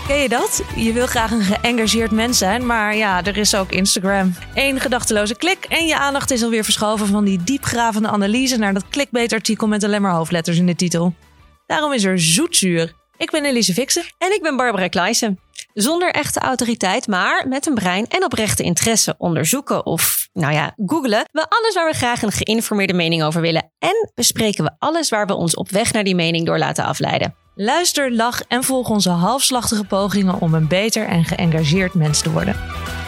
Ken je dat? Je wil graag een geëngageerd mens zijn, maar ja, er is ook Instagram. 1 gedachteloze klik en je aandacht is alweer verschoven van die diepgravende analyse naar dat clickbait-artikel met alleen maar hoofdletters in de titel. Daarom is er zoetzuur. Ik ben Elise Fixen. En ik ben Barbara Kleijsen. Zonder echte autoriteit, maar met een brein en oprechte interesse onderzoeken of, googelen we alles waar we graag een geïnformeerde mening over willen. En bespreken we alles waar we ons op weg naar die mening door laten afleiden. Luister, lach en volg onze halfslachtige pogingen om een beter en geëngageerd mens te worden.